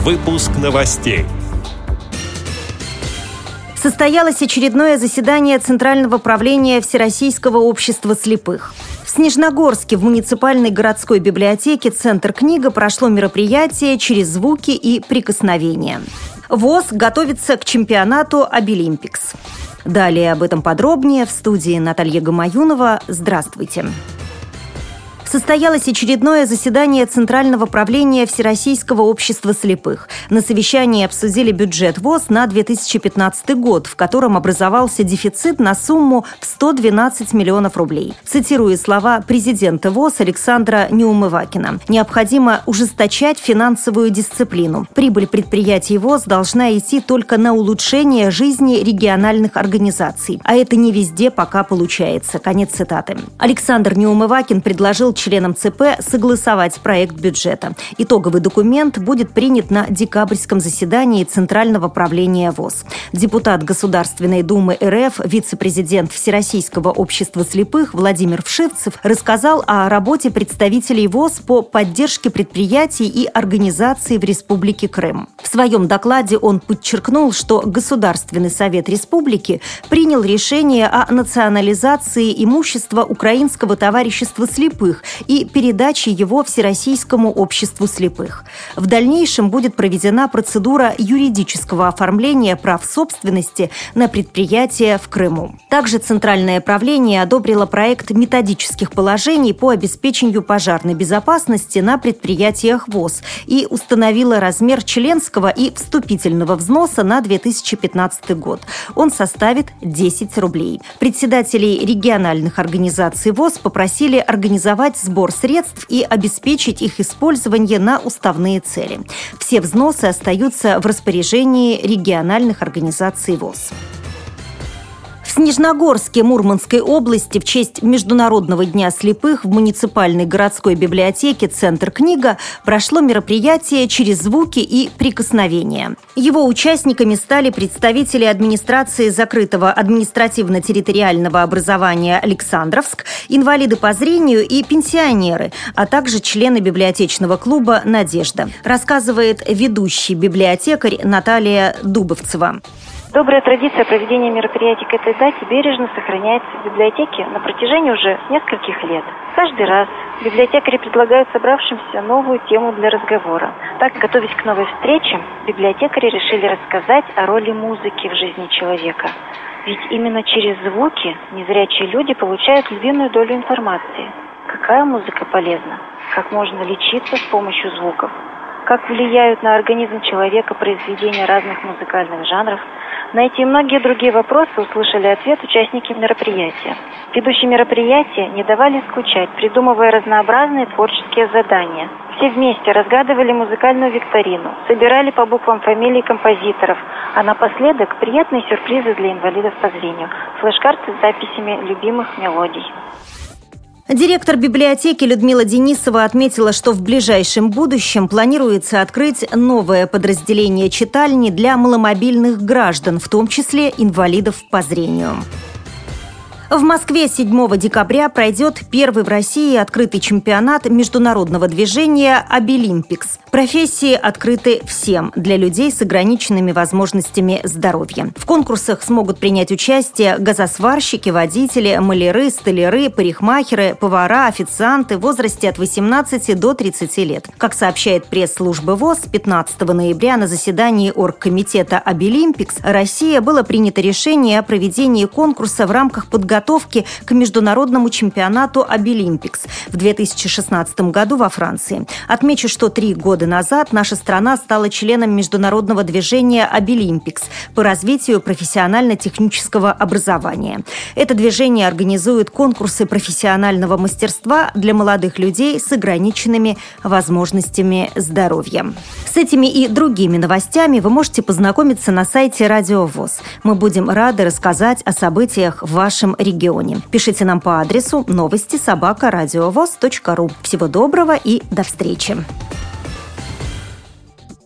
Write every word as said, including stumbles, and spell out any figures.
Выпуск новостей. Состоялось очередное заседание Центрального правления Всероссийского общества слепых. В Снежногорске в муниципальной городской библиотеке «Центр книга» прошло мероприятие «Через звуки и прикосновения». ВОС готовится к чемпионату «Обилимпикс». Далее об этом подробнее в студии Наталья Гамаюнова. Здравствуйте. Состоялось очередное заседание Центрального правления Всероссийского общества слепых. На совещании обсудили бюджет ВОС на две тысячи пятнадцатый год, в котором образовался дефицит на сумму в сто двенадцать миллионов рублей. Цитирую слова президента ВОС Александра Неумывакина. «Необходимо ужесточать финансовую дисциплину. Прибыль предприятий ВОС должна идти только на улучшение жизни региональных организаций. А это не везде пока получается». Конец цитаты. Александр Неумывакин предложил членам ЦП согласовать проект бюджета. Итоговый документ будет принят на декабрьском заседании Центрального правления ВОС. Депутат Государственной Думы РФ, вице-президент Всероссийского общества слепых Владимир Вшивцев рассказал о работе представителей ВОС по поддержке предприятий и организаций в Республике Крым. В своем докладе он подчеркнул, что Государственный совет республики принял решение о национализации имущества Украинского товарищества слепых и передаче его Всероссийскому обществу слепых. В дальнейшем будет проведена процедура юридического оформления прав собственности на предприятия в Крыму. Также Центральное правление одобрило проект методических положений по обеспечению пожарной безопасности на предприятиях ВОС и установило размер членского и вступительного взноса на две тысячи пятнадцатый год. Он составит десять рублей. Председателей региональных организаций ВОС попросили организовать сбор средств и обеспечить их использование на уставные цели. Все взносы остаются в распоряжении региональных организаций ВОС. В Снежногорске Мурманской области в честь Международного дня слепых в муниципальной городской библиотеке «Центр книга» прошло мероприятие «Через звуки и прикосновения». Его участниками стали представители администрации закрытого административно-территориального образования «Александровск», инвалиды по зрению и пенсионеры, а также члены библиотечного клуба «Надежда», рассказывает ведущий библиотекарь Наталья Дубовцева. Добрая традиция проведения мероприятий к этой дате бережно сохраняется в библиотеке на протяжении уже нескольких лет. Каждый раз библиотекари предлагают собравшимся новую тему для разговора. Так, готовясь к новой встрече, библиотекари решили рассказать о роли музыки в жизни человека. Ведь именно через звуки незрячие люди получают львиную долю информации. Какая музыка полезна? Как можно лечиться с помощью звуков? Как влияют на организм человека произведения разных музыкальных жанров? На эти и многие другие вопросы услышали ответ участники мероприятия. Ведущие мероприятия не давали скучать, придумывая разнообразные творческие задания. Все вместе разгадывали музыкальную викторину, собирали по буквам фамилии композиторов, а напоследок приятные сюрпризы для инвалидов по зрению, флеш-карты с записями любимых мелодий. Директор библиотеки Людмила Денисова отметила, что в ближайшем будущем планируется открыть новое подразделение читальни для маломобильных граждан, в том числе инвалидов по зрению. В Москве седьмого декабря пройдет первый в России открытый чемпионат международного движения «Обилимпикс». Профессии открыты всем для людей с ограниченными возможностями здоровья. В конкурсах смогут принять участие газосварщики, водители, маляры, столяры, парикмахеры, повара, официанты в возрасте от восемнадцати до тридцати лет. Как сообщает пресс-служба ВОС, пятнадцатого ноября на заседании оргкомитета «Обилимпикс» Россия было принято решение о проведении конкурса в рамках подготовки подготовки к международному чемпионату «Обилимпикс» в две тысячи шестнадцатом году во Франции. Отмечу, что три года назад наша страна стала членом международного движения «Обилимпикс» по развитию профессионально-технического образования. Это движение организует конкурсы профессионального мастерства для молодых людей с ограниченными возможностями здоровья. С этими и другими новостями вы можете познакомиться на сайте Радио ВОС. Мы будем рады рассказать о событиях в вашем регионе. Пишите нам по адресу новости собака радиовос точка ру. Всего доброго и до встречи!